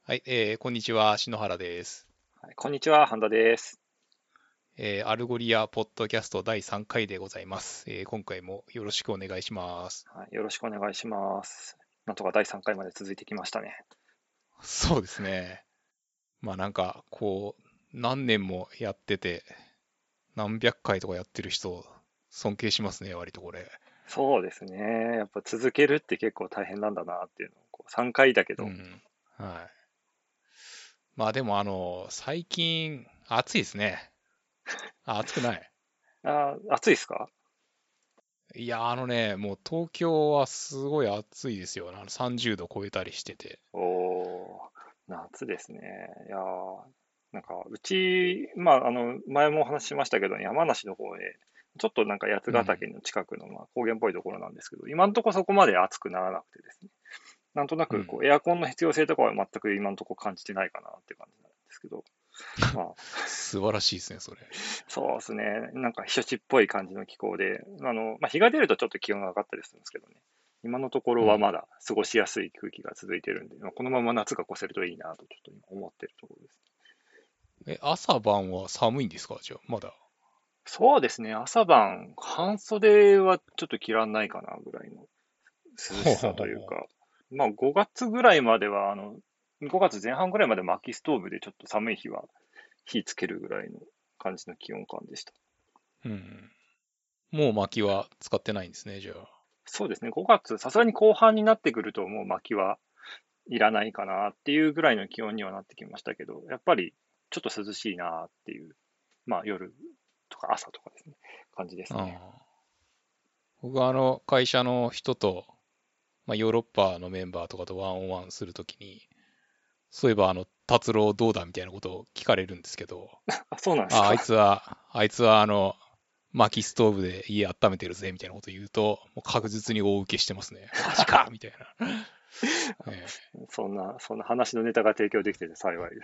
はい、こんにちは、篠原です。 はい、こんにちは、半田です。 アルゴリアポッドキャスト第3回でございます。今回もよろしくお願いします。 はい、よろしくお願いします。なんとか第3回まで続いてきましたね。 そうですね。まあなんか、何年もやってて、何百回とかやってる人、尊敬しますね、割とこれ。 そうですね。やっぱ続けるって結構大変なんだなっていうのを、3回だけど、 うん。はい。まあでも最近、暑いですね。あ、暑くない。 暑いですか？ いや、もう東京はすごい暑いですよ。30度超えたりしてて。 おー、夏ですね。いやー、なんか、うち、まあ、前もお話ししましたけど、山梨の方で、ちょっとなんか八ヶうん。 岳の近くの、高原っぽいところなんですけど、今のところそこまで暑くならなくてですね。なんとなく、 うん。 エアコンの必要性とかは全く今のところ感じてないかなって感じなんですけど、まあ、 素晴らしいですね、それ。 そうですね。なんか避暑地っぽい感じの気候で、日が出るとちょっと気温が上がったりするんですけどね。今のところうん。 はまだ過ごしやすい空気が続いてるんで、このまま夏が越せるといいなとちょっと今思ってるところです。 朝晩は寒いんですかじゃあ、まだ。 そうですね。朝晩、半袖はちょっと着らんないかなぐらいの涼しほうほうさとほうほいうか、5月ぐらいまでは、5月前半ぐらいまで薪ストーブでちょっと寒い日は火つけるぐらいの感じの気温感でした。 う。うん。もう薪は使ってないんですね、じゃあ。 そうですね。5月、さすがに後半になってくるともう薪はいらないかなっていうぐらいの気温にはなってきましたけど、やっぱりちょっと涼しいなっていう、夜とか朝とかですね、感じですね。 ああ。僕は会社の人と、ヨーロッパのメンバーとかとワンオンワンするときに、そういえば達郎どうだみたいなことを聞かれるんですけど、 あ、そうなんですあ、あいか。 つは、あいつは薪ストーブで家温めてるぜみたいなこと言うと、もう確実に大受けしてますね。マジかみたいな。えそんな話のネタが提供できてて幸いです。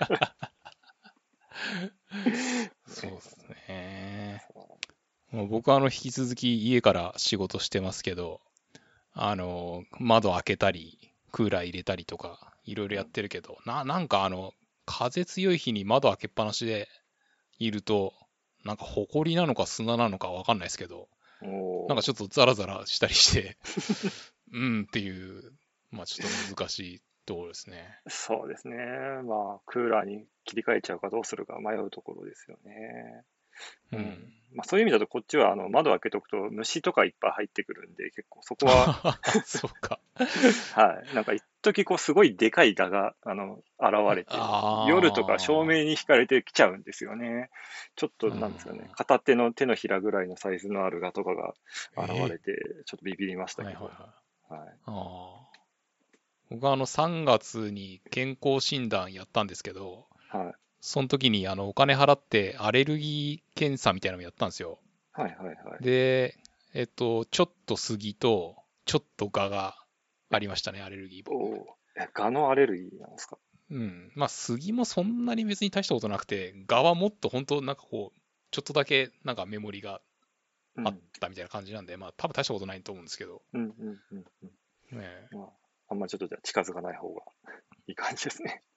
そうでね、 すね。 そもう僕は引き続き家から仕事してますけど、窓開けたり、クーラー入れたりとか、いろいろやっう、 てるけど、なんか風強い日に窓開けっぱなしでいると、なんか埃なのか砂なのかわかんないですけど、 うん、おー、 なんかちょっとザラザラしたりして、うんっていう、まあちょっと難しいところですね。 そうですね。クーラーに切り替えちゃうかどうするか迷うところですよね。うん。 うん。 そういう意味だとこっちは窓開けとくと虫とかいっぱい入ってくるんで、結構そこは、 そうか。 はい。なんか一時すごいでかい蛾が、現れて、夜とか照あ明に惹かれてきちゃうんですよね。ちょっと、 あ、うん。 なんですかね、片手の手のひらぐらいのサイズのある蛾とかが現ええ、 れて、ちょっとビビりましたけど、 はいはいはい。 はい。 ああ。僕は3月に健康診断やったんですけど、 はい。 その時にお金払ってアレルギー検査みたいなのをやったんですよ。 はいはいはい。 で、ちょっと杉と、ちょっと蛾がありましたね、アレルギー僕。 おー、蛾のアレルギーなんですか？ うん。まあ、杉もそんなに別に大したことなくて、蛾はもっと本当なんかちょっとだけなんかメモリがあっうん。 たみたいな感じなんで、まあ、多分大したことないと思うんですけど。 うんうんうんうん。 ねまあ、あんまりちょっとじゃあ近づかない方がいい感じですね。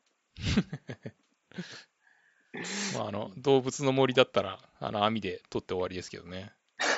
まあ、動物の森だったら、網で取って終わりですけどね。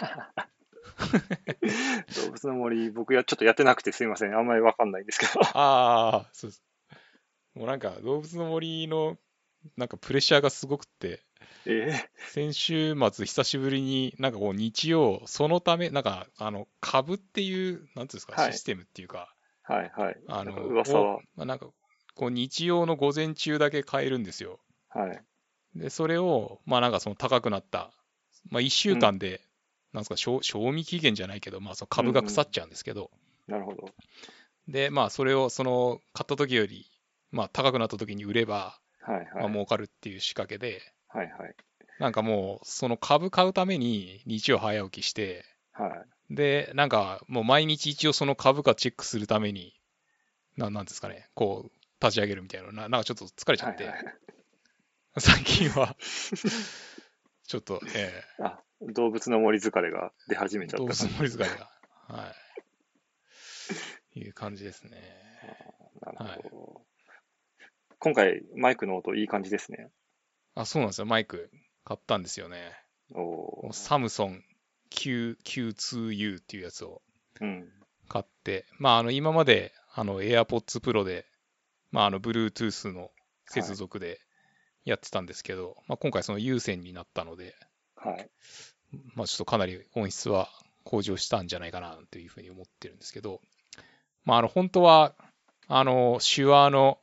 動物の森、僕ちょっとやってなくてすいません。あんまりわかんないんですけど。 ああ、そうです。もうなんか動物の森のなんかプレッシャーがすごくって、 ええ、 先週末久しぶりになんか日曜、そのため、なんか株っていう、なんていうんですか、 はい。 システムっていうか、 はいはい。なんか噂を、 は、 まあ、なんか日曜の午前中だけ買えるんですよ。 はい。 で、それを、まあなんかその高くなった、まあ1週うん。 間で、なんですか、賞味期限じゃないけど、まあそのうんうん。 株が腐っちゃうんですけど、 なるほど。 で、まあそれを買った時より、まあ高くなった時に売れば、まあはいはい。 儲かるっていう仕掛けで、 はいはい。 なんかもうその株買うために日曜早起きして、 はい。 で、なんかもう毎日一応その株価チェックするために、なんですかね、立ち上げるみたいな、なんかちょっと疲れちゃって、 はいはい。 最近はちょっと、 あ、動物の森疲れが出始めちゃっ動物のた感じですね。 森疲れが、はい、いう感じですね。 なるはい。 ほど。 今回マイクの音いい感じですね。 あ、そうなんですよ。マイク買ったんですよね。 おサムソン Q2U っていうやつをー。うん。 買って、今までAirPods Pro で、Bluetooth のはい。 接続でやってたんですけど、今回その有線になったので、 はい。 ちょっとかなり音質は向上したんじゃないかなというふうに思ってるんですけど、本当は、手話の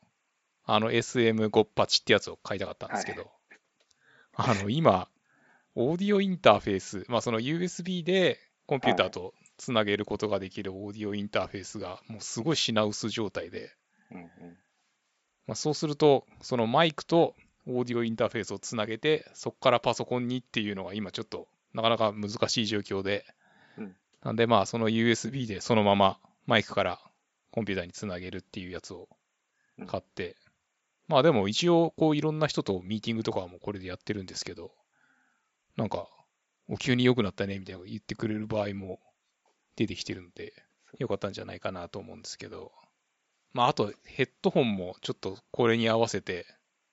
SM58 ってやつを買いたかったんではい。 すけど、今、オーディオインターフェース、その USB でコンピューターはい。 とつなげることができるオーディオインターフェースがもうすごい品薄状態で、 うんうんそうすると、そのマイクとオーディオインターフェースをつなげて、そこからパソコンにっていうのが今ちょっとなかなか難しい状況で、 うん。 なんでその USB でそのままマイクからコンピューターにつなげるっていうやつをうん。 買って、でも一応こういろんな人とミーティングとかもこれでやってるんですけど、なんか、急に良くなったねみたいなこと言ってくれる場合も出てきてるんで、良かったんじゃないかなと思うんですけど、あとヘッドホンもちょっとこれに合わせて、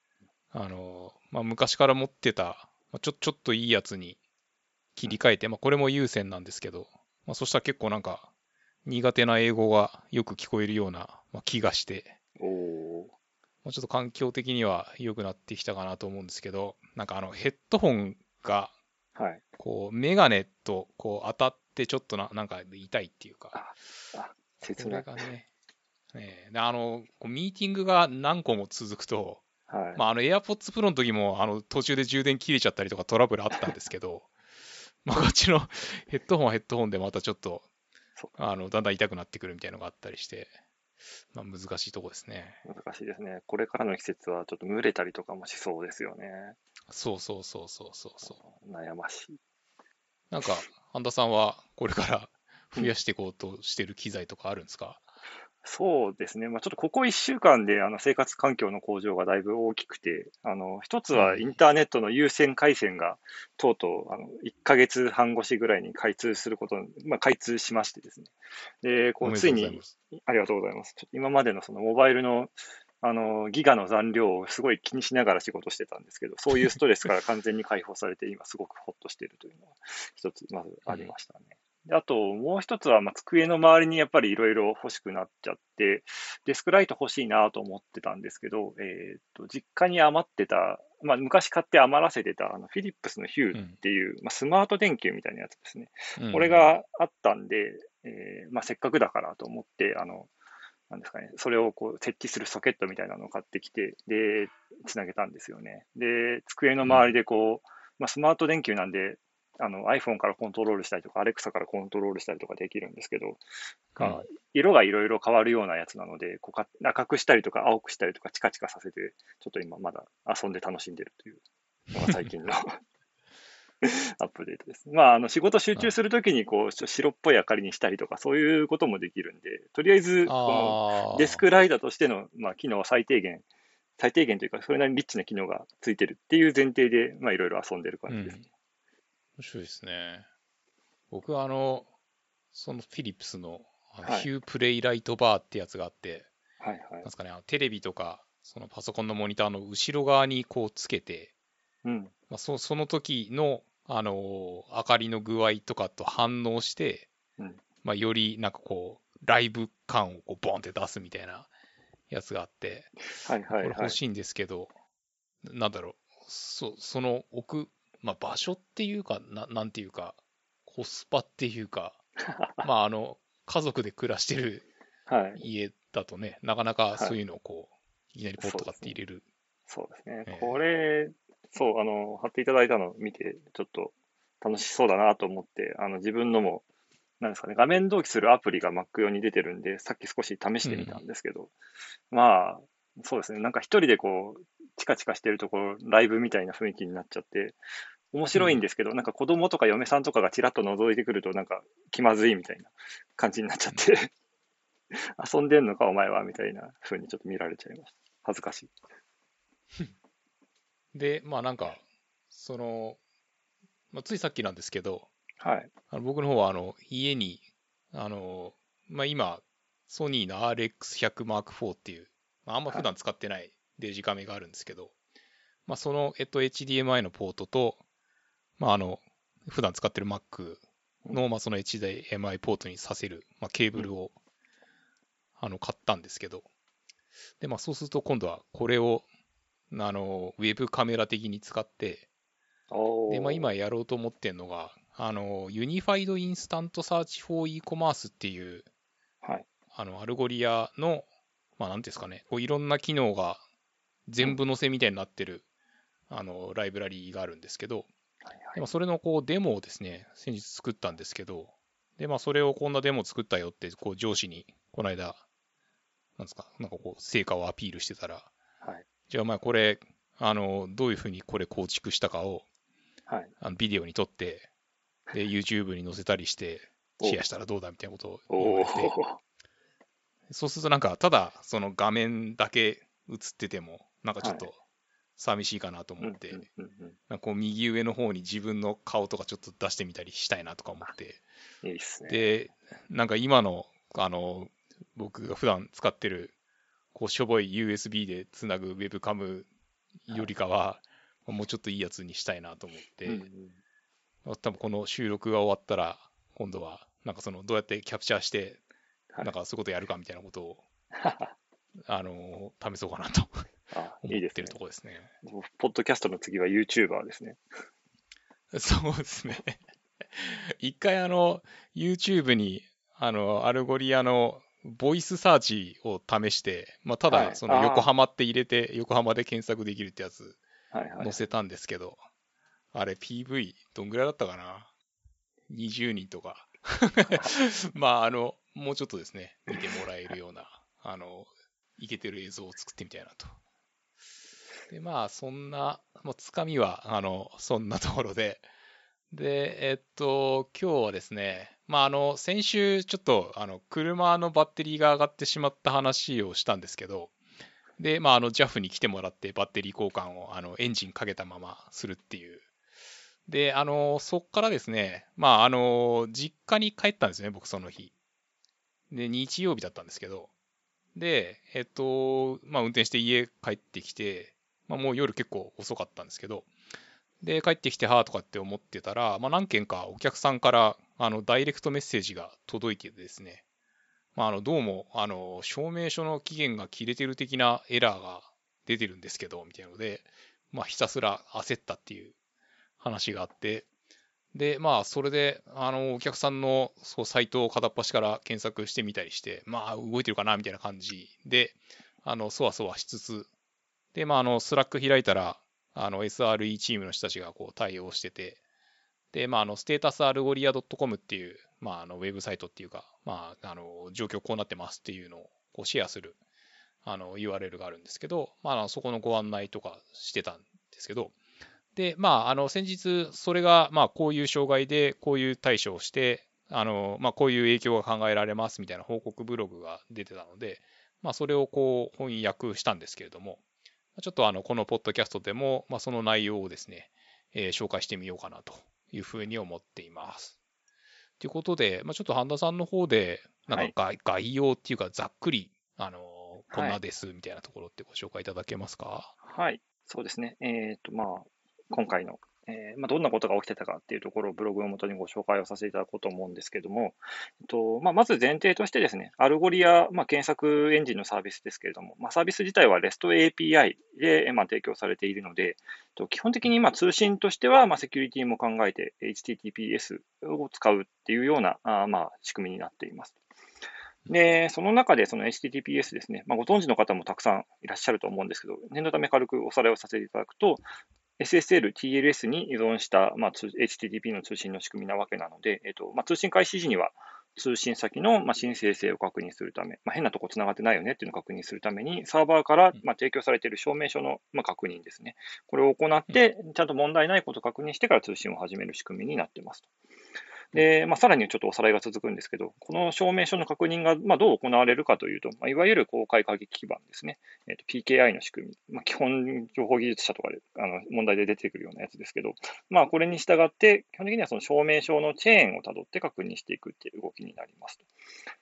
昔から持ってた、ちょっといいやつに切り替えて、これも有線なんですけど、そしたら結構なんか、苦手な英語がよく聞こえるような、気がして、 おー。 ちょっと環境的には良くなってきたかなと思うんですけど、なんかヘッドホンが、 はい。 こう、メガネとこう当たってちょっとなんか痛いっていうか、 あ、あ、切こない。 れがね、でこうミーティングが何個も続くと、 はい。 AirPods Pro の時も、途中で充電切れちゃったりとかトラブルあったんですけど、こっちのヘッドホンはヘッドホンでまたちょっと、 そだんだん痛くなってくるみたいなのがあったりして、難しいとこですね。 う。難しいですね。これからの季節はちょっと蒸れたりとかもしそうですよね。 そうそうそうそうそうそう。 悩ましい。 なんか、半田さんはこれからうん。 増やしていこうとしてる機材とかあるんですか？ そうですね。ちょっとここ1週間で生活環境の向上がだいぶ大きくて、一つうん。 はインターネットの有線回線がとうとう1ヶ月半越しぐらいに開通することに、開通しましてですね。で、こう、 おめでついに、 とうございます。 ありがとうございます。ちょっと今までのそのモバイルの、ギガの残量をすごい気にしながら仕事してたんですけど、そういうストレスから完全に解放されて、今すごくホッとしているというのが一つ、まずありうん。 ましたね。であと、もう一つは、机の周りにやっぱりいろいろ欲しくなっちゃって、デスクライト欲しいなと思ってたんですけど、実家に余ってた、昔買って余らせてた、フィリップスのヒューっうん。 ていう、スマート電球みたいなやつですね。 うん。 これがあったんで、せっかくだからと思って、なんですかね、それをこう設置するソケットみたいなのを買ってきて、で、つなげたんですよね。で、机の周りうん。 でこう、スマート電球なんで、iPhone からコントロールしたりとか、Alexa からコントロールしたりとかできるんですけど、 うん。 色がいろいろ変わるようなやつなので、こう赤くしたりとか青くしたりとかチカチカさせて、ちょっと今まだ遊んで楽しんでるというのが最近のアップデートです。仕事集中あするときに、こう、白っぽい明かりにしたりとか、そういうこともできるんで、とりあえず、このデスあクライダーとしての、機能は最低限というか、それなりにリッチな機能がついてるっていう前提で、いろいろ遊んでるー、うん。 感じですね。 面白いですね。僕はそのフィリップスのはい。 ヒュープレイライトバーってやつがあって、 はい、はい。 なんですかね、テレビとか、そのパソコンのモニターの後ろ側にこうつけて、 うん。 その時の、明かりの具合とかと反応して、 うん。 よりなんかこう、ライブ感をこうボンって出すみたいなやつがあって、 はい、はい、はい。 これ欲しいんですけど、なんだろう、その置く、場所っていうか、なんていうか、コスパっていうか、まあ、家族で暮らしてるはい。 家だとね、なかなかはい。 そういうのをこう、いきなりポッと買っそうですね。 て入れる。 そうですね。 えこれ、そう、貼っていただいたのを見て、ちょっと楽しそうだなと思って、自分のも、なんですかね、画面同期するアプリが Mac 用に出てるんで、さっき少し試してみたうん、 んですけど、まあ、そうですね、なんか一人でこう、チカチカしてるところ、ライブみたいな雰囲気になっちゃって、面うん。 白いんですけど、なんか子供とか嫁さんとかがちらっと覗いてくると、なんか気まずいみたいな感じになっちゃっうん。 て遊んでんのかお前はみたいな風にちょっと見られちゃいました。恥ずかしい。 で、なんか、その、ついさっきなんですけど、 はい。 僕の方は家に、あの、今、ソニーの RX100 Mark IV っていう、あんまはい。 普段使ってないデジカメがあるんですけど、その、HDMI のポートと、普段使ってる Mac の、その HDMI ポートに挿せる、ケーブルを、買ったんですけど、で、そうすると今度はこれを、ウェブカメラ的に使って、で、今やろうと思ってるのが、ユニファイドインスタントサーチフォー e コマースっていう、 はい。 アルゴリアの、なんていうんですかね、こういろんな機能が全部載せみたいになってる、ライブラリーがあるんですけど、でそれのこうデモをですね、先日作ったんですけど、で、それをこんなデモ作ったよって、こう上司にこの間、なんですか、なんかこう成果をアピールしてたら、 はい。 じゃあこれ、どういうふうにこれ構築したかを、 はい。 ビデオに撮って、で、YouTube に載せたりして、シェアしたらどうだみたいなことを言わおれて、 ー。 そうするとなんか、ただその画面だけ映ってても、なんかちょはい。 っと寂しいかなと思うんうって、 んうんうん。 なんかこう右上の方に自分の顔とかちょっと出してみたりしたいなとか思って、 いいっすね。 で、なんか今の、僕が普段使ってる、こうしょぼい USB でつなぐウェブカムよりかは、もうちょっといいやつにしたいなと思っうんうて、 ん。 多分この収録が終わったら、今度は、なんかその、どうやってキャプチャーして、 はい。 なんかそういうことやるかみたいなことを、試そうかなとあ、 思ってるいいですね。 ところですね。 ポッドキャストの次は YouTuber ですね。 そうですね。一回YouTube に、アルゴリアのボイスサーチを試して、ただ、 はい。 その横あ浜って入れて、横浜で検索できるってやつあ、はいはいはい。 載せたんですけど、あれ PV どんぐらいだったかな？ 20 人とか。もうちょっとですね、見てもらえるような、いけてる映像を作ってみたいなと。で、そんな、もうつかみは、そんなところで、で、今日はですね、先週ちょっと、車のバッテリーが上がってしまった話をしたんですけど、で、JAF に来てもらってバッテリー交換を、エンジンかけたままするっていう。で、そっからですね、実家に帰ったんですね、僕その日。で、日曜日だったんですけど、で、運転して家帰ってきて、もう夜結構遅かったんですけど、で、帰ってきて、はーとかって思ってたら、何件かお客さんから、ダイレクトメッセージが届いてですね、どうも、証明書の期限が切れてる的なエラーが出てるんですけど、みたいなので、ひたすら焦ったっていう話があって、で、それで、お客さんの、そう、サイトを片っ端から検索してみたりして、動いてるかな、みたいな感じで、そわそわしつつ、で、スラック開いたら、SRE チームの人たちがこう対応してて、で、ステータスアルゴリア .com っていう、ウェブサイトっていうか、状況こうなってますっていうのをこうシェアする、URL があるんですけど、そこのご案内とかしてたんですけど、で、先日、それが、こういう障害で、こういう対処をして、こういう影響が考えられますみたいな報告ブログが出てたので、それをこう翻訳したんですけれども、ちょっとこのポッドキャストでも、その内容をですね、紹介してみようかなというふうに思っています。ということで、ちょっと半田さんの方で、なんはい。 か概要っていうか、ざっくり、こんはい。 なですみたいなところってご紹介いただけますか？ はい。そうですね。今回の、どんなことが起きてたかっていうところをブログをもとにご紹介をさせていただこうと思うんですけども、まず前提としてですね、アルゴリア、検索エンジンのサービスですけれども、サービス自体は REST API で、提供されているので、基本的に通信としては、セキュリティも考えて HTTPS を使うっていうような、仕組みになっています。で、その中でその HTTPS ですね、ご存知の方もたくさんいらっしゃると思うんですけど、念のため軽くおさらいをさせていただくと、SSL、TLS に依存した、HTTP の通信の仕組みなわけなので、通信開始時には通信先の、申請性を確認するため、変なとこつながってないよねっていうのを確認するために、サーバーから、提供されている証明書の、確認ですね。これを行って、ちゃんと問題ないことを確認してから通信を始める仕組みになっています。で、さらにちょっとおさらいが続くんですけど、この証明書の確認が、どう行われるかというと、いわゆる公開鍵基盤ですね、PKI の仕組み、基本情報技術者とかで問題で出てくるようなやつですけど、これに従って、基本的にはその証明書のチェーンをたどって確認していくっていう動きになりますと。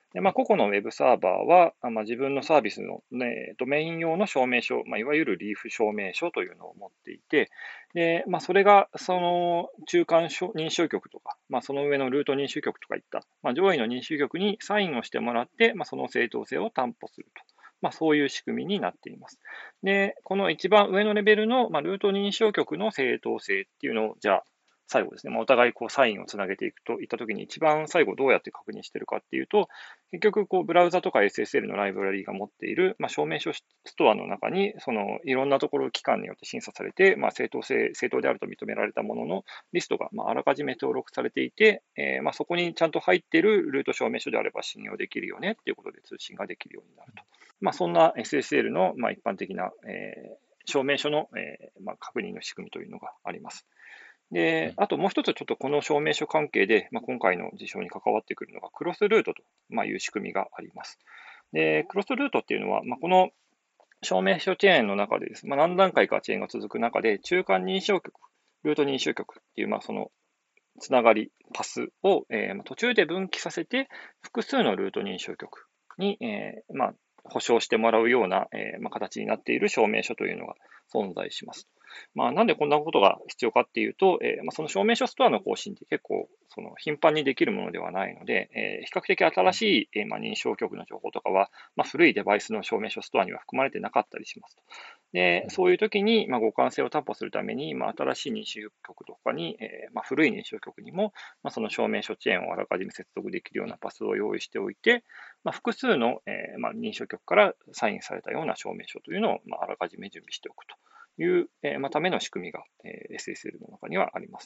で、個々のウェブサーバーは、自分のサービスの、ドメイン用の証明書、いわゆるリーフ証明書というのを持っていて、で、それが、その中間認証局とか、その上のルート認証局とかいった、上位の認証局にサインをしてもらって、その正当性を担保すると。そういう仕組みになっています。で、この一番上のレベルの、ルート認証局の正当性っていうのを、じゃあ、最後ですね、お互いサインをつなげていくといったときに、一番最後どうやって確認しているかっていうと、結局ブラウザとか SSL のライブラリーが持っている、証明書ストアの中に、いろんなところ、機関によって審査されて、正当であると認められたもののリストが、あらかじめ登録されていて、そこにちゃんと入っているルート証明書であれば信用できるよねっていうことで通信ができるようになると。そんな SSL の、一般的な、証明書の、確認の仕組みというのがあります。で、あともう一つちょっとこの証明書関係で、今回の事象に関わってくるのがクロスルートという仕組みがあります。で、クロスルートっていうのは、この証明書チェーンの中でです、何段階かチェーンが続く中で、中間認証局、ルート認証局っていう、そのつながり、パスを、途中で分岐させて、複数のルート認証局に、保証してもらうような、形になっている証明書というのが存在します。なんでこんなことが必要かっていうと、その証明書ストアの更新って結構頻繁にできるものではないので、比較的新しい、認証局の情報とかは、古いデバイスの証明書ストアには含まれてなかったりしますと。で、そういう時に、互換性を担保するために、新しい認証局とかに、古い認証局にも、その証明書チェーンをあらかじめ接続できるようなパスを用意しておいて、複数の、認証局からサインされたような証明書というのを、あらかじめ準備しておくという、ための仕組みが、SSL の中にはあります。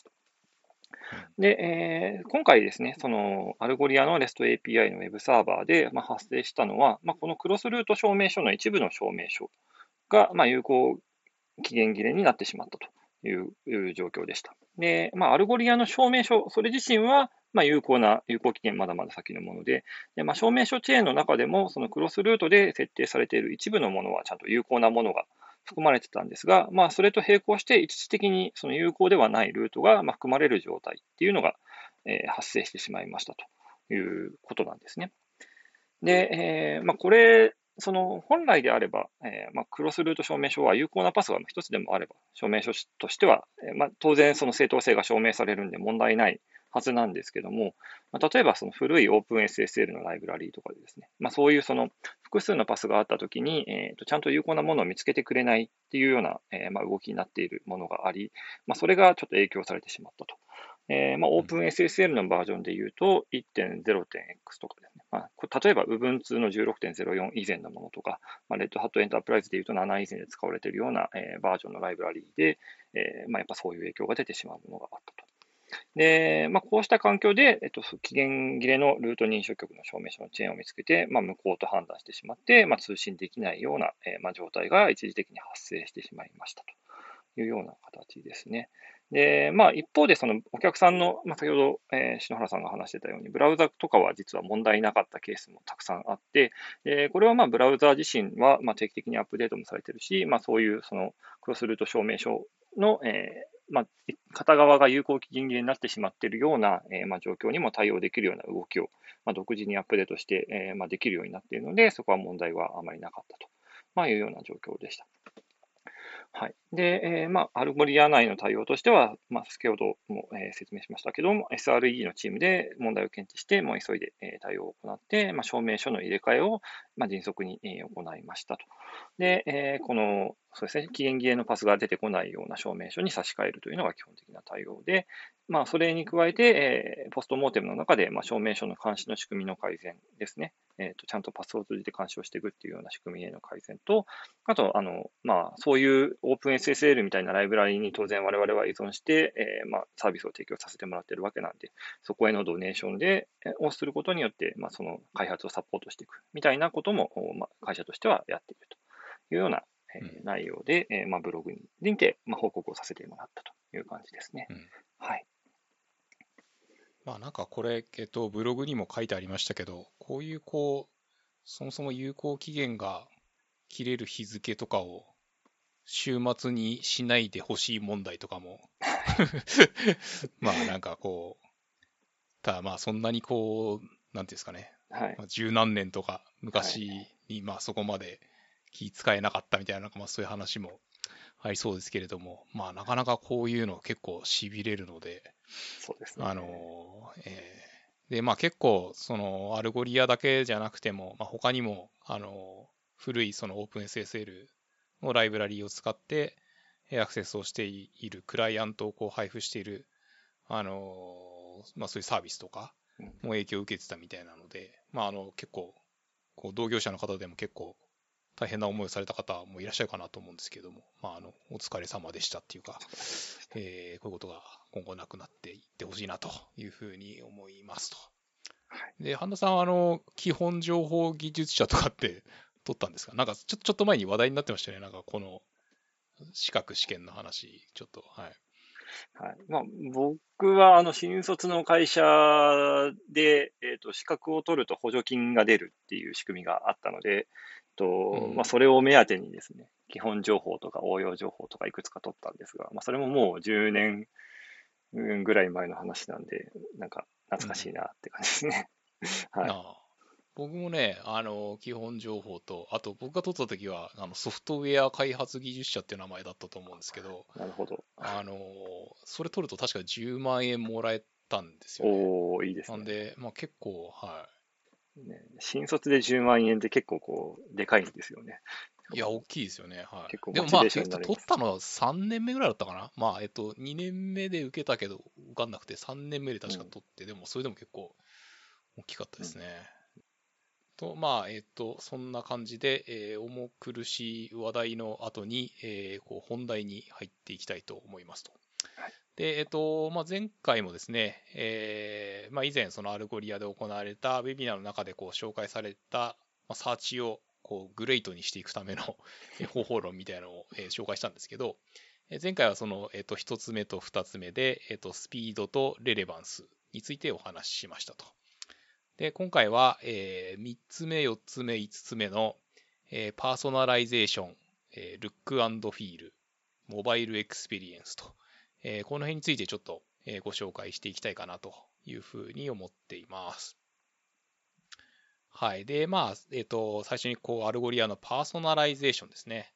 で、今回ですね、そのアルゴリアの REST API の Web サーバーで、発生したのは、このクロスルート証明書の一部の証明書が、有効期限切れになってしまったという状況でした。で、アルゴリアの証明書、それ自身は、有効期限まだまだ先のもので、証明書チェーンの中でも、そのクロスルートで設定されている一部のものはちゃんと有効なものが含まれてたんですが、それと並行して一時的にその有効ではないルートが含まれる状態っていうのが、発生してしまいましたということなんですね。で、これ、本来であれば、クロスルート証明書は有効なパスが一つでもあれば、証明書としては、当然その正当性が証明されるんで問題ないはずなんですけども、例えばその古い OpenSSL のライブラリーとかでですね、そういうその複数のパスがあったときに、ちゃんと有効なものを見つけてくれないっていうような、動きになっているものがあり、それがちょっと影響されてしまったと。OpenSSL のバージョンで言うと 1.0.x とかですね。例えば Ubuntu の 16.04 以前のものとか、Red Hat Enterprise で言うと7以前で使われているような、バージョンのライブラリーで、やっぱそういう影響が出てしまうものがあったと。で、こうした環境で、期限切れのルート認証局の証明書のチェーンを見つけて、無効と判断してしまって、通信できないような、状態が一時的に発生してしまいましたというような形ですね。で、一方で、そのお客さんの、先ほど、篠原さんが話してたように、ブラウザとかは実は問題なかったケースもたくさんあって、これはブラウザ自身は定期的にアップデートもされているし、そういうそのクロスルート証明書の、片側が有効期限切れになってしまっているような、状況にも対応できるような動きを、独自にアップデートして、できるようになっているので、そこは問題はあまりなかったと、いうような状況でした。はい。で、アルゴリア内の対応としては、先ほども、説明しましたけども、SRE のチームで問題を検知して、もう急いで、対応を行って、証明書の入れ替えを、迅速に、行いましたと。で、そうですね、期限切れのパスが出てこないような証明書に差し替えるというのが基本的な対応で、それに加えて、ポストモーテムの中で、証明書の監視の仕組みの改善ですね。ちゃんとパスを通じて監視をしていくっていうような仕組みへの改善と、あと、そういう OpenSSL みたいなライブラリに当然我々は依存して、サービスを提供させてもらっているわけなんで、そこへのドネーションをすることによって、その開発をサポートしていくみたいなことも、会社としてはやっているというような、内容で、ブログにて、報告をさせてもらったという感じですね。はい。 なんかこれ、ブログにも書いてありましたけど、こういうそもそも有効期限が切れる日付とかを週末にしないでほしい問題とかもなんかただそんなになんていうんですかね、 はい。 十何年とかはい。 昔に、まあそこまで気使えなかったみたいな、なんかまあそういう話もありそうですけれども、まあなかなかこういうの結構痺れるので、 そうですね。 あの、で、まあ結構、そのアルゴリアだけじゃなくても、まあ、他にも、古いその OpenSSL のライブラリを使って、アクセスをしているクライアントをこう配布している、まあそういうサービスとかうん、 も影響を受けてたみたいなので、まあ結構、こう同業者の方でも結構大変な思いをされた方もいらっしゃるかなと思うんですけども、まあお疲れ様でしたっていうか、こういうことが今後なくなっていってほしいなというふうに思いますと。 はい。 で、半田さんは基本情報技術者とかって取ったんですか？なんかちょっと前に話題になってましたね。なんかこの資格試験の話、ちょっと、はい。 はい。まあ、僕は、新卒の会社で、資格を取ると補助金が出るっていう仕組みがあったので、まあ、 うん。 それを目当てにですね、基本情報とか応用情報とかいくつか取ったんですが、まあ、それももう10年ぐらい前の話なんで、なんか懐かしいうん。 なって感じですね。はい。 ああ。僕もね、基本情報と、あと僕が取った時は、ソフトウェア開発技術者っていう名前だったと思うんですけど、 なるほど。 あの、それ取ると確か10万円もらえたんですよね。 おー、いいですね。 なんで、まあ結構、はね、新卒で10万円って結構こう、でかいんですよね。 い。いや、大きいですよね。はい。でもまあ、 結構モチベーションになります。 取ったのは3年目ぐらいだったかな。まあ、2年目で受けたけど、受かんなくて、3年目で確かうん。 取って、でもそれでも結構大きかったでうん。 すね。と、まあ、そんな感じで、重苦しい話題の後に、こう本題に入っていきたいと思いますと。 はい。 で、まあ、前回もですね、まあ、以前そのアルゴリアで行われたウェビナーの中でこう紹介された、まあ、サーチをこうグレートにしていくための方法論みたいなのを、紹介したんですけど、前回はその、1つ目と2つ目で、スピードとレレバンスについてお話ししましたと。で、今回は、3つ目、4つ目、5つ目の、パーソナライゼーション、ルック&フィール、モバイルエクスペリエンスと、この辺についてちょっと、ご紹介していきたいかなというふうに思っています。はい。で、まあ、最初にこう、アルゴリアのパーソナライゼーションですね。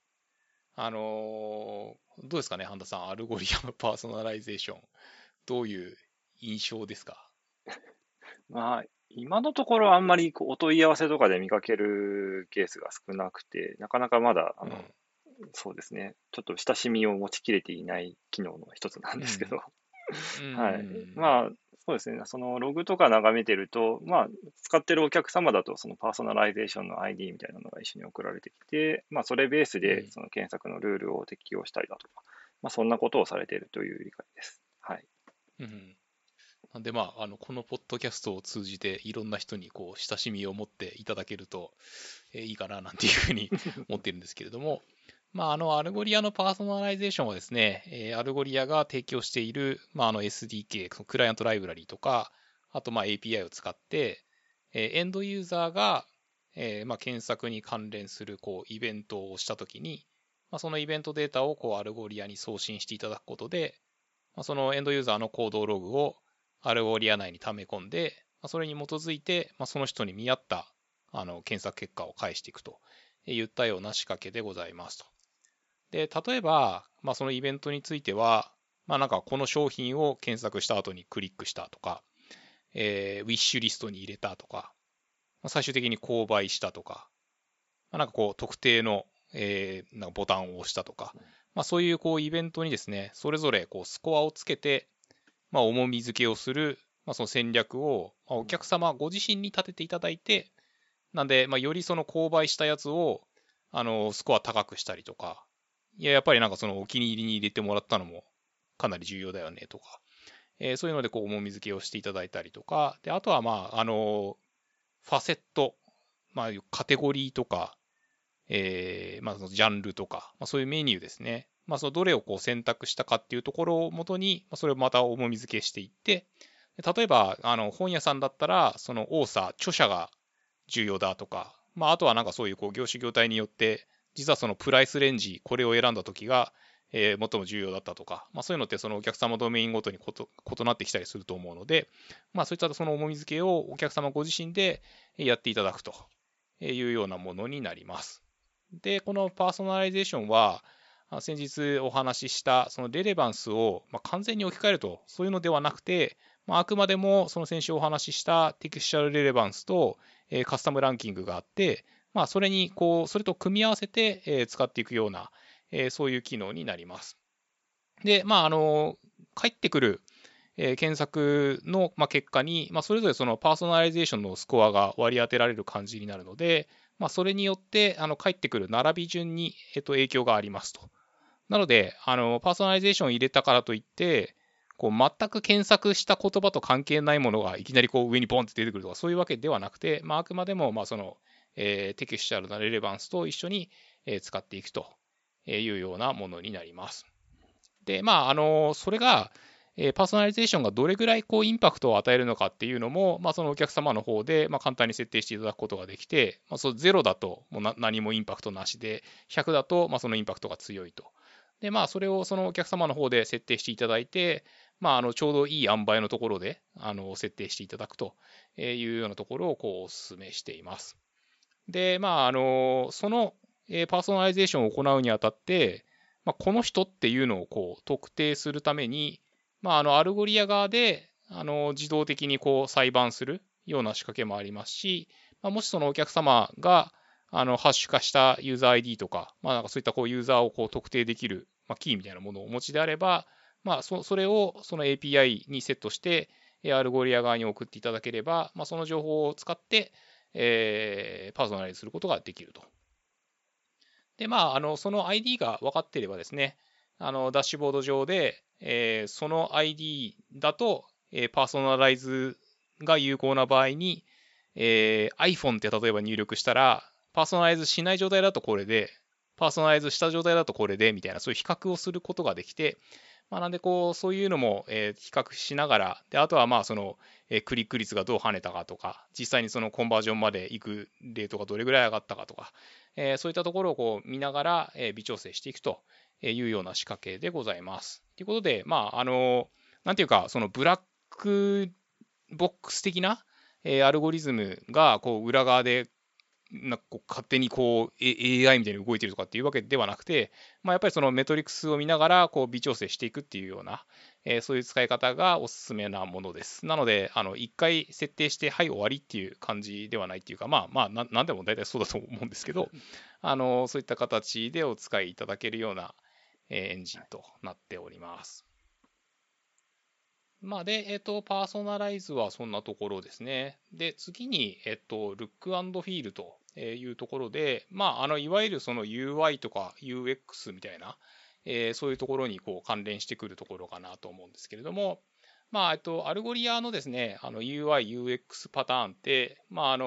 どうですかね、半田さん、アルゴリアのパーソナライゼーション、どういう印象ですか？ まあ、今のところあんまりこうお問い合わせとかで見かけるケースが少なくて、なかなかまだ、 うん。 そうですね、ちょっと親しみを持ちきれていない機能の一つなんですけど、 うん。うん。うはい。 ん。 まあ、そうですね、そのログとか眺めてると、まあ、使ってるお客様だと、そのパーソナライゼーションの ID みたいなのが一緒に送られてきて、まあ、それベースうん。 でその検索のルールを適用したりだとか、まあ、そんなことをされているという理解です。はい。 うん。なんでまあ、このポッドキャストを通じていろんな人にこう親しみを持っていただけると、いいかななんていうふうに思っているんですけれども、まあ、アルゴリアのパーソナライゼーションはですね、アルゴリアが提供している、まあ、SDK、クライアントライブラリとか、あとまあ API を使って、エンドユーザーが、まあ、検索に関連するこうイベントをしたときに、まあ、そのイベントデータをこうアルゴリアに送信していただくことで、まあ、そのエンドユーザーの行動ログをアルゴリア内に溜め込んで、まあ、それに基づいて、まあ、その人に見合った検索結果を返していくといったような仕掛けでございますと。で、例えば、まあ、そのイベントについては、まあ、なんかこの商品を検索した後にクリックしたとか、ウィッシュリストに入れたとか、まあ、最終的に購買したとか、まあ、なんかこう特定の、なんかボタンを押したとか、まあ、そういうこうイベントにですね、それぞれこうスコアをつけて、まあ、重み付けをする、まあ、その戦略を、まあ、お客様ご自身に立てていただいて、なんで、まあ、よりその購買したやつを、スコア高くしたりとか、いや、やっぱりなんかそのお気に入りに入れてもらったのもかなり重要だよねとか、そういうのでこう重み付けをしていただいたりとか、で、あとはまあ、ファセット、まあ、カテゴリーとか、まあ、そのジャンルとか、まあ、そういうメニューですね。まあ、そのどれをこう選択したかっていうところをもとに、まあ、それをまた重み付けしていって、例えば、本屋さんだったら、その多さ、著者が重要だとか、まあ、あとはなんかそういうこう業種業態によって、実はそのプライスレンジ、これを選んだ時が、 最も重要だったとか、そういうのってそのお客様ドメインごとに異なってきたりすると思うので、そういったその重み付けをお客様ご自身でやっていただくというようなものになります。で、このパーソナライゼーションは、先日お話ししたそのレレバンスを完全に置き換えると、そういうのではなくて、あくまでもその先週お話ししたテクスチャルレレバンスとカスタムランキングがあって、それと組み合わせて使っていくような、そういう機能になります。で、返ってくる検索の結果に、それぞれそのパーソナライゼーションのスコアが割り当てられる感じになるので、それによって返ってくる並び順に影響がありますと。なので、パーソナライゼーションを入れたからといって、全く検索した言葉と関係ないものがいきなり上にポンって出てくるとか、そういうわけではなくて、あくまでもそのテクスチャルなレレバンスと一緒に使っていくというようなものになります。で、それが、パーソナリゼーションがどれぐらいインパクトを与えるのかっていうのも、そのお客様の方で簡単に設定していただくことができて、0だともう何もインパクトなしで、100だとそのインパクトが強いと。で、それをそのお客様の方で設定していただいて、ちょうどいい塩梅のところで設定していただくというようなところをお勧めしています。で、そのパーソナライゼーションを行うにあたって、この人っていうのを特定するために、アルゴリア側で自動的に裁判するような仕掛けもありますし、もしそのお客様がハッシュ化したユーザー ID とか、なんかそういったユーザーを特定できる、キーみたいなものをお持ちであれば、それをその API にセットして、アルゴリア側に送っていただければ、その情報を使って、パーソナライズすることができると。で、その ID が分かっていればですね、ダッシュボード上で、その ID だと、パーソナライズが有効な場合に、iPhone って例えば入力したら、パーソナライズしない状態だとこれで、パーソナライズした状態だとこれで、みたいな、そういう比較をすることができて、なんでそういうのも、比較しながら、で、あとはその、クリック率がどう跳ねたかとか、実際にそのコンバージョンまで行くレートがどれぐらい上がったかとか、そういったところを見ながら、微調整していくというような仕掛けでございます。ということで、なんていうか、そのブラックボックス的な、アルゴリズムが裏側で勝手にAI みたいに動いてるとかっていうわけではなくて、やっぱりそのメトリクスを見ながら微調整していくっていうような、そういう使い方がおすすめなものです。なので、一回設定して、はい、終わりっていう感じではないっていうか、なんでも大体そうだと思うんですけど、そういった形でお使いいただけるようなエンジンとなっております。で、パーソナライズはそんなところですね。で、次に、ルック&フィールというところで、いわゆるその UI とか UX みたいな、そういうところに関連してくるところかなと思うんですけれども、アルゴリアのですね、UI、UX パターンって、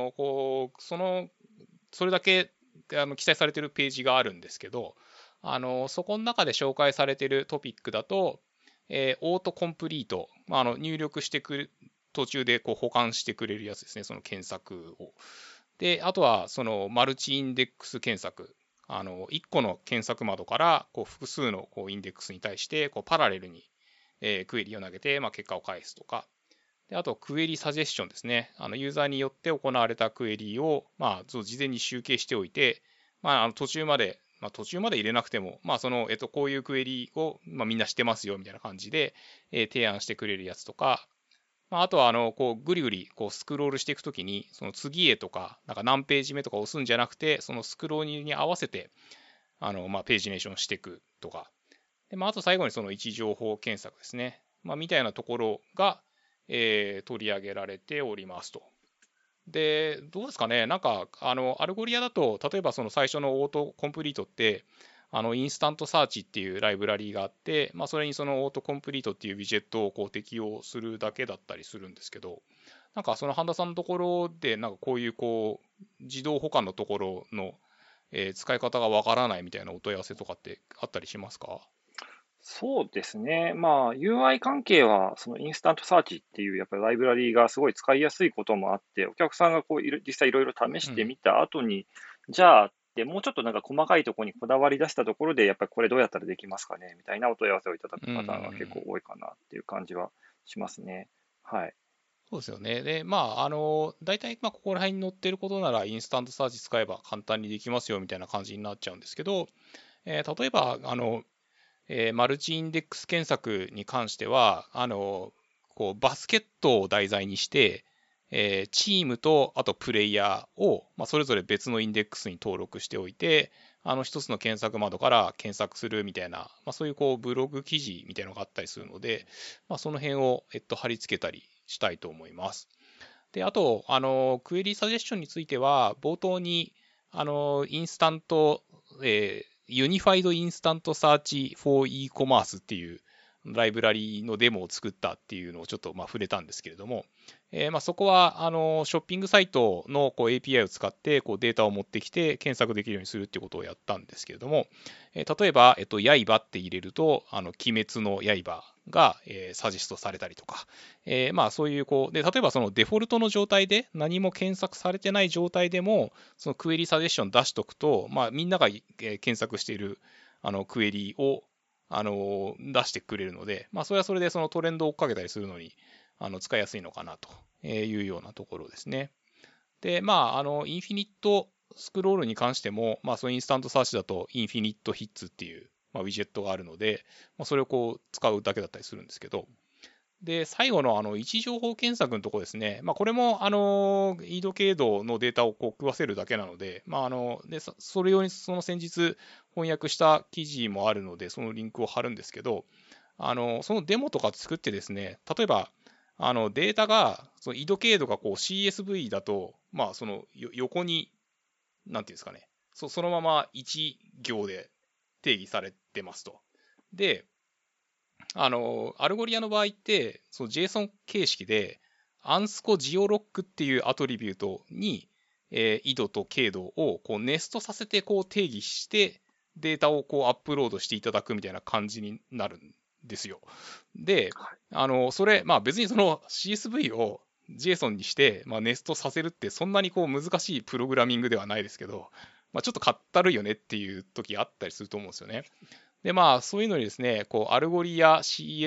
それだけ記載されているページがあるんですけど、そこの中で紹介されているトピックだと、オートコンプリート、入力してくる途中で保管してくれるやつですね、その検索を。で、あとはそのマルチインデックス検索。1個の検索窓から複数のインデックスに対してパラレルにクエリを投げて結果を返すとか。で、あとクエリサジェスションですね。ユーザーによって行われたクエリを事前に集計しておいて、途中まで入れなくても、こういうクエリを、みんなしてますよ、みたいな感じで、提案してくれるやつとか、あとは、ぐりぐり、スクロールしていくときに、その次へとか、なんか何ページ目とか押すんじゃなくて、そのスクロールに合わせて、ページネーションしていくとか。で、あと最後にその位置情報検索ですね。みたいなところが、取り上げられておりますと。で、どうですかね、なんか、アルゴリアだと、例えばその最初のオートコンプリートって、インスタントサーチっていうライブラリーがあって、それにそのオートコンプリートっていうウィジェットを適用するだけだったりするんですけど、なんかその半田さんのところで、なんかこういう自動保管のところの、使い方がわからないみたいなお問い合わせとかってあったりしますか？ そうですね。UI 関係は、そのインスタントサーチっていうやっぱりライブラリーがすごい使いやすいこともあって、お客さんが実際いろいろ試してうん。 みた後に、じゃあて、もうちょっとなんか細かいところにこだわり出したところで、やっぱりこれどうやったらできますかねみたいなお問い合わせをいただくパターンが結構多いかなっていう感じはしますね。はい。 そうですよね。で、大体、ここら辺に載ってることなら、インスタントサーチ使えば簡単にできますよみたいな感じになっちゃうんですけど、例えば、マルチインデックス検索に関しては、バスケットを題材にして、チームと、あとプレイヤーを、それぞれ別のインデックスに登録しておいて、一つの検索窓から検索するみたいな、そういうブログ記事みたいなのがあったりするので、その辺を、貼り付けたりしたいと思います。で、あと、クエリーサジェッションについては、冒頭に、インスタント、ユニファイドインスタントサーチ for e-commerce っていうライブラリのデモを作ったっていうのをちょっと触れたんですけれども、そこはショッピングサイトのAPI を使ってデータを持ってきて検索できるようにするっていうことをやったんですけれども、例えば、刃って入れると、鬼滅の刃が、サジェストされたりとか、そういうで、例えばそのデフォルトの状態で何も検索されてない状態でも、そのクエリサジェッション出しとくと、みんなが検索しているクエリを出してくれるので、それはそれでそのトレンドを追っかけたりするのに使いやすいのかなというようなところですね。で、インフィニットスクロールに関しても、そのインスタントサーチだとインフィニットヒッツっていう、ウィジェットがあるので、それを使うだけだったりするんですけど、で、最後の位置情報検索のところですね。これも、緯度経度のデータを食わせるだけなので、で、それ用にその先日翻訳した記事もあるので、そのリンクを貼るんですけど、そのデモとか作ってですね、例えば、データが、その緯度経度がCSV だと、その横に、なんていうんですかね、そのまま1行で定義されてますと。で、アルゴリアの場合って、その JSON 形式で、アンスコジオロックっていうアトリビュートに、緯度と経度をネストさせて定義して、データをアップロードしていただくみたいな感じになるんですよ。で、それ、別にその CSV を JSON にして、ネストさせるってそんなに難しいプログラミングではないですけど、ちょっとかったるいよねっていう時あったりすると思うんですよね。で、そういうのにですね、アルゴリア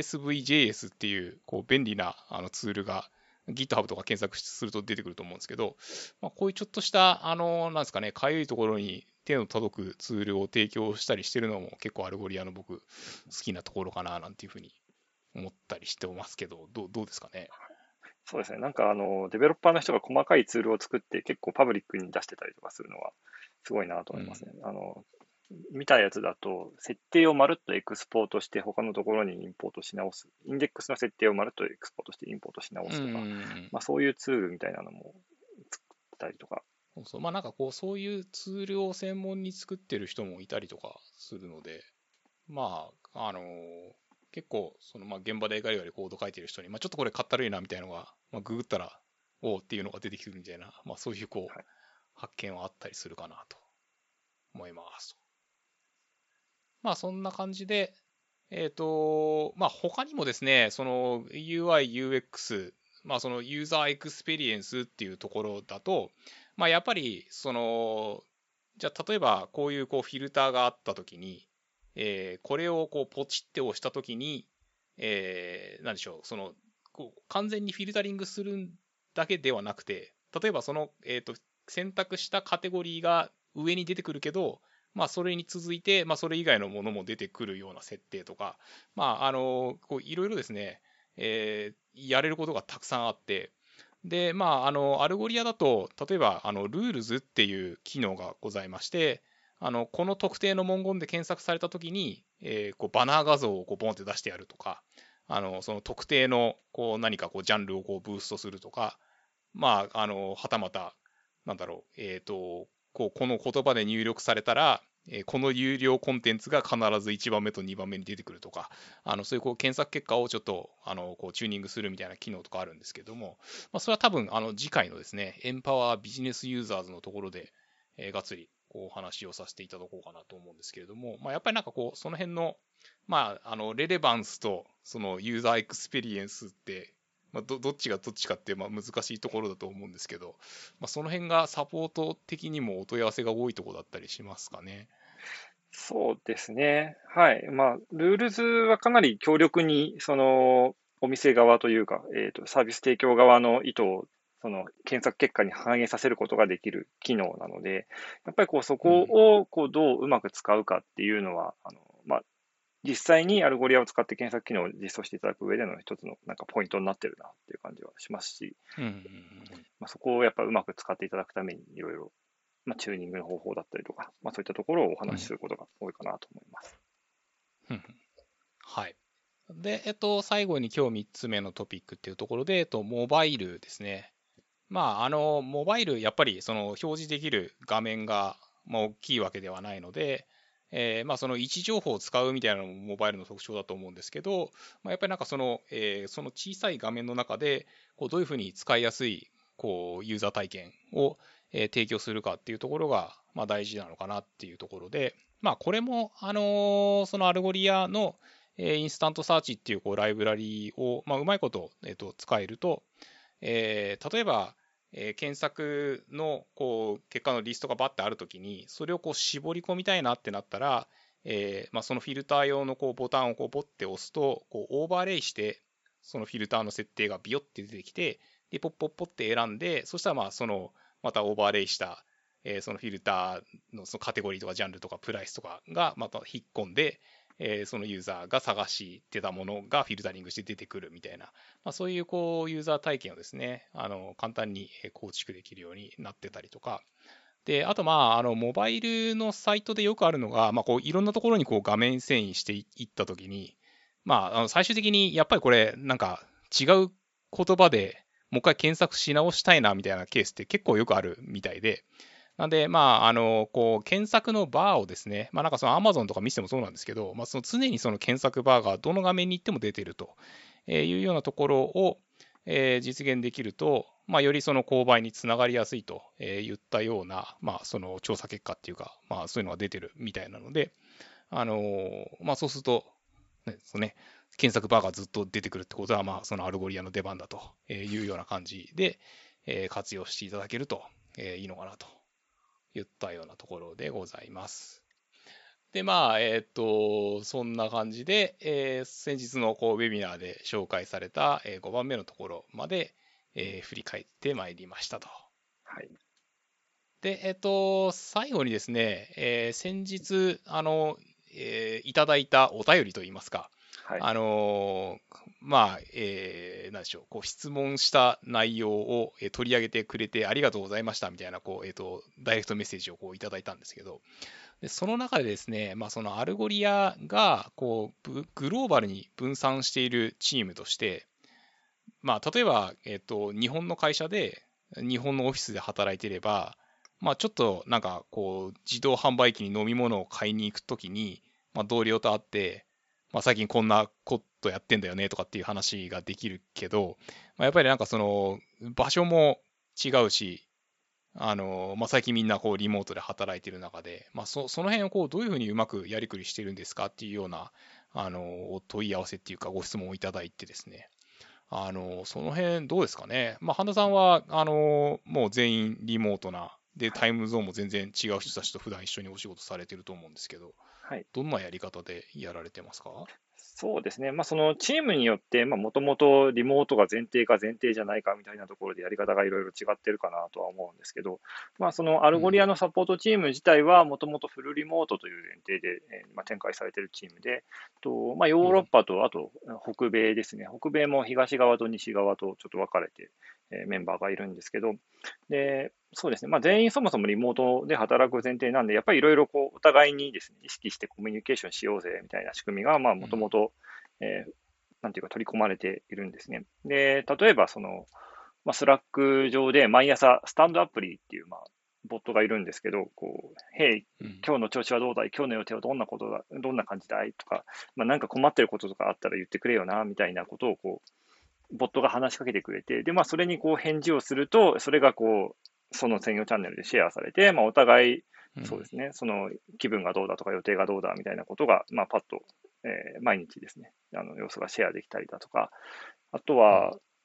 CSVJS っていう、便利なツールが GitHub とか検索すると出てくると思うんですけど、こういうちょっとした、なんですかね、かゆいところに手の届くツールを提供したりしてるのも結構アルゴリアの僕好きなところかななんていうふうに思ったりしてますけど、どうですかね。 そうですね。なんかデベロッパーの人が細かいツールを作って結構パブリックに出してたりとかするのはすごいなと思いますね。見たやつだと、設定をまるっとエクスポートして他のところにインポートし直す。インデックスの設定をまるっとエクスポートしてインポートし直すとか、そういうツールみたいなのも作ったりとか。 なんかそういうツールを専門に作ってる人もいたりとかするので、結構、現場でガリガリコード書いてる人に、ちょっとこれかったるいなみたいなのが、ググったら、おうっていうのが出てくるみたいな、そういうはい、 発見はあったりするかなと思います。そんな感じで、他にもですね、その UI、UX、そのユーザーエクスペリエンスっていうところだと、やっぱり、じゃあ例えばこういうフィルターがあったときに、これをポチって押したときに、なんでしょう、完全にフィルタリングするだけではなくて、例えば選択したカテゴリーが上に出てくるけど、それに続いて、それ以外のものも出てくるような設定とか、いろいろですね、やれることがたくさんあって、で、アルゴリアだと、例えば、ルールズっていう機能がございまして、この特定の文言で検索されたときに、バナー画像をボンって出してやるとか、その特定の、何かジャンルをブーストするとか、はたまた、なんだろう、この言葉で入力されたら、この有料コンテンツが必ず1番目と2番目に出てくるとか、そういう検索結果をちょっとチューニングするみたいな機能とかあるんですけども、それは多分次回のですね、エンパワービジネスユーザーズのところで、がっつりお話をさせていただこうかなと思うんですけれども、やっぱりなんかその辺の、レレバンスとそのユーザーエクスペリエンスって、 どっちがどっちかって難しいところだと思うんですけど、その辺がサポート的にもお問い合わせが多いところだったりしますかね。 そうですね。はい。ルールズはかなり強力に、お店側というか、サービス提供側の意図を、検索結果に反映させることができる機能なので、やっぱりそこうん。 を、どううまく使うかっていうのは、実際にアルゴリアを使って検索機能を実装していただく上での一つのなんかポイントになってるなっていう感じはしますし、 うんうんうんうん。 そこをやっぱうまく使っていただくためにいろいろチューニングの方法だったりとか、そういったところをおうん話しすることが多いかなと思います。 うん。はい。で、最後に今日3つ目のトピックっていうところで、モバイルですね。モバイル、やっぱりその表示できる画面が大きいわけではないので、その位置情報を使うみたいなのもモバイルの特徴だと思うんですけど、やっぱりなんかその小さい画面の中で、どういうふうに使いやすい、ユーザー体験を、提供するかっていうところが、大事なのかなっていうところで、これも、そのアルゴリアの、インスタントサーチっていうライブラリを、うまいこと、使えると、例えば、検索の結果のリストがバッてあるときに、それを絞り込みたいなってなったら、そのフィルター用のボタンをポッて押すと、オーバーレイして、そのフィルターの設定がビヨって出てきて、で、ポッポッポって選んで、そしたらまたオーバーレイした、そのフィルターのそのカテゴリーとかジャンルとかプライスとかがまた引っ込んで、そのユーザーが探してたものがフィルタリングして出てくるみたいな、そういうユーザー体験をですね、簡単に構築できるようになってたりとか、で、あとモバイルのサイトでよくあるのが、いろんなところに画面遷移していったときに、最終的にやっぱりこれ、なんか違う言葉でもう一回検索し直したいなみたいなケースって結構よくあるみたいで、なんで、検索のバーをですね、なんかその Amazon とか見ててもそうなんですけど、その常にその検索バーがどの画面に行っても出てるというようなところを、実現できると、よりその購買につながりやすいといったような、その調査結果っていうか、そういうのが出てるみたいなので、そうすると、ね、検索バーがずっと出てくるってことは、そのアルゴリアの出番だというような感じで、活用していただけるといいのかなといったようなところでございます。で、そんな感じで、先日のウェビナーで紹介された、5番目のところまで、振り返ってまいりましたと。 はい。 で、最後にですね、先日、いただいたお便りといいますか、 はい。 なんでしょう、質問した内容を取り上げてくれてありがとうございましたみたいな、ダイレクトメッセージをいただいたんですけど、でその中でですね、そのアルゴリアが、グローバルに分散しているチームとして、例えば、日本の会社で、日本のオフィスで働いていれば、ちょっとなんか自動販売機に飲み物を買いに行くときに、同僚と会って、最近こんなことやってんだよねとかっていう話ができるけど、やっぱりなんかその場所も違うし、最近みんなリモートで働いている中で、その辺をどういうふうにうまくやりくりしてるんですかっていうような、お問い合わせっていうかご質問をいただいてですね、その辺どうですかね。半田さんは、もう全員リモートな、で、 はい。 タイムゾーンも全然違う人たちと普段一緒にお仕事されてると思うんですけど、 はい。 どんなやり方でやられてますか？ そうですね。そのチームによって、もともとリモートが前提か前提じゃないかみたいなところでやり方がいろいろ違ってるかなとは思うんですけど、そのアルゴリアうん。 のサポートチーム自体はもともとフルリモートという前提で、展開されているチームで、ヨーロッうん。 パとあと北米ですね。北米も東側と西側とちょっと分かれて、メンバーがいるんですけど、で、そうですね。全員そもそもリモートで働く前提なんで、やっぱりいろいろお互いにですね、意識してコミュニケーションしようぜみたいな仕組みが、もともと、なんていうか取り込まれているんですね。で、例えばスラック上で毎朝スタンドアプリっていう、ボットがいるんですけど、Hey、 うん。 今日の調子はどうだい、今日の予定はどんなことだ、どんな感じだいとか、なんか困ってることとかあったら言ってくれよな、みたいなことをボットが話しかけてくれて、で、それに返事をすると、それがその専用チャンネルでシェアされて、お互い、 うん。 そうですね、その気分がどうだとか予定がどうだみたいなことが、パッと、毎日ですね、様子がシェアできたりだとか、あとうん。 は、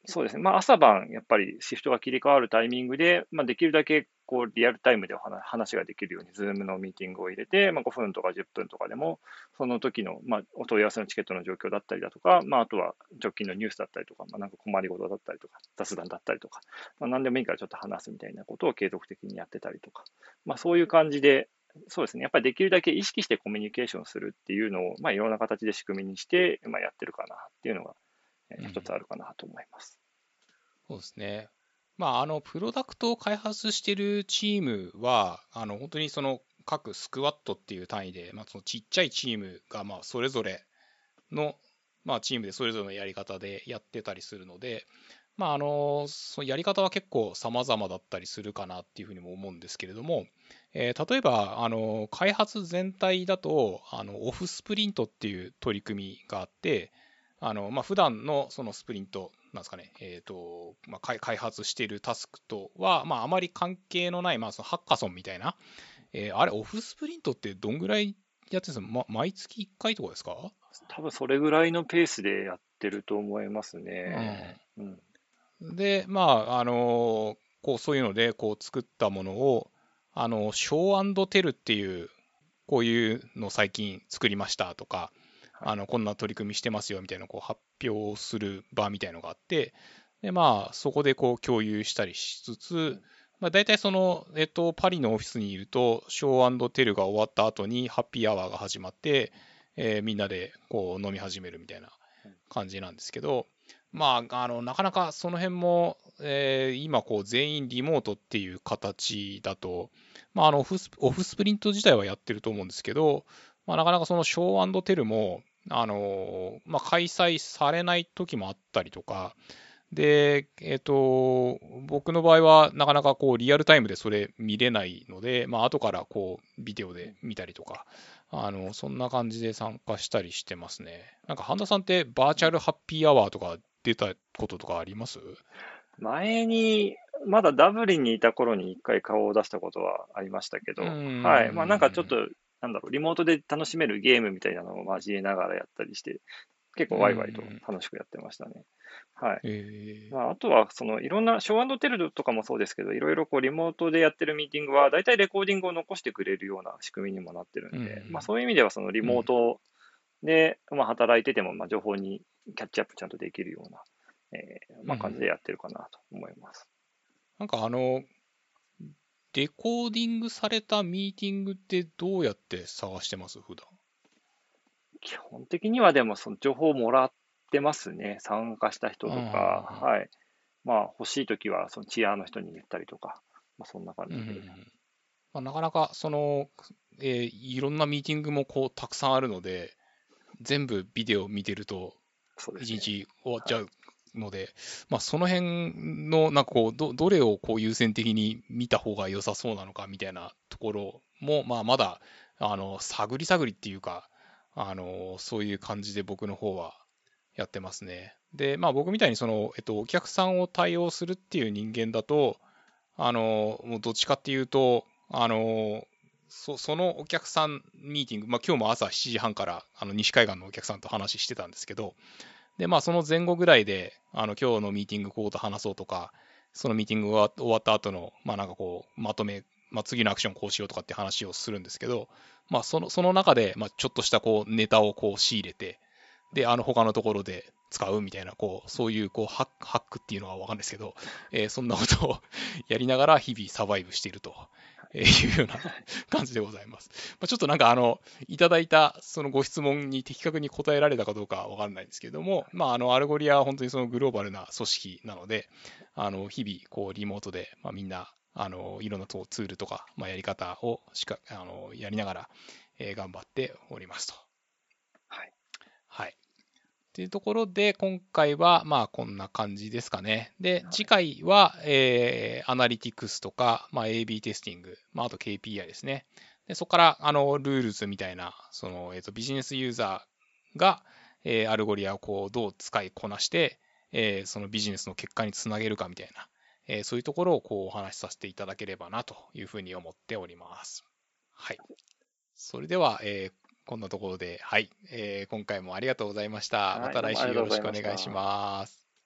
そうですね。朝晩、やっぱりシフトが切り替わるタイミングで、できるだけリアルタイムで話ができるように、ズームのミーティングを入れて、5分とか10分とかでも、その時の、お問い合わせのチケットの状況だったりだとか、あとは直近のニュースだったりとか、なんか困りごとだったりとか、雑談だったりとか、何でもいいからちょっと話すみたいなことを継続的にやってたりとか、そういう感じで、そうですね。やっぱりできるだけ意識してコミュニケーションするっていうのを、いろんな形で仕組みにして、やってるかなっていうのが、一つあるかなと思います。 そうですね。プロダクトを開発しているチームは、本当にその各スクワットっていう単位で、そのちっちゃいチームが、それぞれの、チームでそれぞれのやり方でやってたりするので、そのやり方は結構様々だったりするかなっていうふうにも思うんですけれども、例えば、開発全体だと、オフスプリントっていう取り組みがあって、普段のそのスプリント、なんですかね、開発しているタスクとは、あまり関係のない、そのハッカソンみたいな、あれ、オフスプリントってどんぐらいやってるんですか？毎月1回とかですか？ 多分それぐらいのペースでやってると思いますね。 うん。で、そういうので、作ったものを、ショーテルっていう、こういうの最近作りましたとか、 はい。 こんな取り組みしてますよみたいな発表する場みたいのがあって、で、そこで共有したりしつつ、大体その、パリのオフィスにいると、ショーテルが終わった後にハッピーアワーが始まって、みんなで飲み始めるみたいな感じなんですけど、なかなかその辺も、今全員リモートっていう形だと、オフスプリント自体はやってると思うんですけど、なかなかそのショーテルも、開催されない時もあったりとか、で、僕の場合はなかなかリアルタイムでそれ見れないので、後からビデオで見たりとか、そんな感じで参加したりしてますね。なんか半田さんってバーチャルハッピーアワーとか出たこととかあります？ 前に、まだダブリンにいた頃に一回顔を出したことはありましたけうーど、はい。なんかちょっん。 と、リモートで楽しめるゲームみたいなのを交えながらやったりして、結う構ワイワイとん。 楽しくやってましたね。はい。 えあとは、いろんな、ショーテルとかもそうですけど、いろいろリモートでやってるミーティングは、大体レコーディングを残してくれるような仕組みにもなってるうんで、 ん。 そういう意味では、リうん。 モートで、働いてても、情報にキャッチアップちゃんとできるような、感じでうん。 やってるかなと思います。 なんかレコーディングされたミーティングってどうやって探してます普段？ 基本的にはでも、その情報をもらってますね。参加した人うん。うとか、 ん。 はい。欲しいときは、そのチアの人に言ったりとか、そんな感うん。うじで。 ん。なかなかいろんなミーティングもたくさんあるので、全部ビデオ見てると一そうですね。 日終わっちはい。 ゃうので、その辺のなんかどれを優先的に見た方が良さそうなのかみたいなところも、まだ探り探りっていうか、そういう感じで僕の方はやってますね。で、僕みたいにお客さんを対応するっていう人間だと、もうどっちかっていうと、そのお客さんミーティング、今日も朝7時半から西海岸のお客さんと話してたんですけど、で、その前後ぐらいで、今日のミーティングこうと話そうとか、そのミーティングが終わった後の、なんかまとめ、次のアクションこうしようとかって話をするんですけど、その中で、ちょっとしたネタを仕入れて、で、他のところで使うみたいな、そういうハックっていうのはわかんないですけど、そんなことをやりながら日々サバイブしているというような感じでございます。ちょっとなんかいただいたそのご質問に的確に答えられたかどうかわかんないんですけれども、アルゴリアは本当にそのグローバルな組織なので、日々リモートで、みんな、いろんなツールとか、やり方をやりながら、頑張っておりますと。 はい。 はい。というところで、今回はこんな感じですかね。で、次はい。 回は、アナリティクスとか、AB テスティング、あと KPI ですね。で、そこから、ルールズみたいな、ビジネスユーザーが、アルゴリアをどう使いこなして、そのビジネスの結果につなげるかみたいな、そういうところをお話しさせていただければなというふうに思っております。はい。それでは、こんなところで、はい、今回もありがとうございました。まはい。 た来週どうもありがとうございよろしくお願いしました。 ます。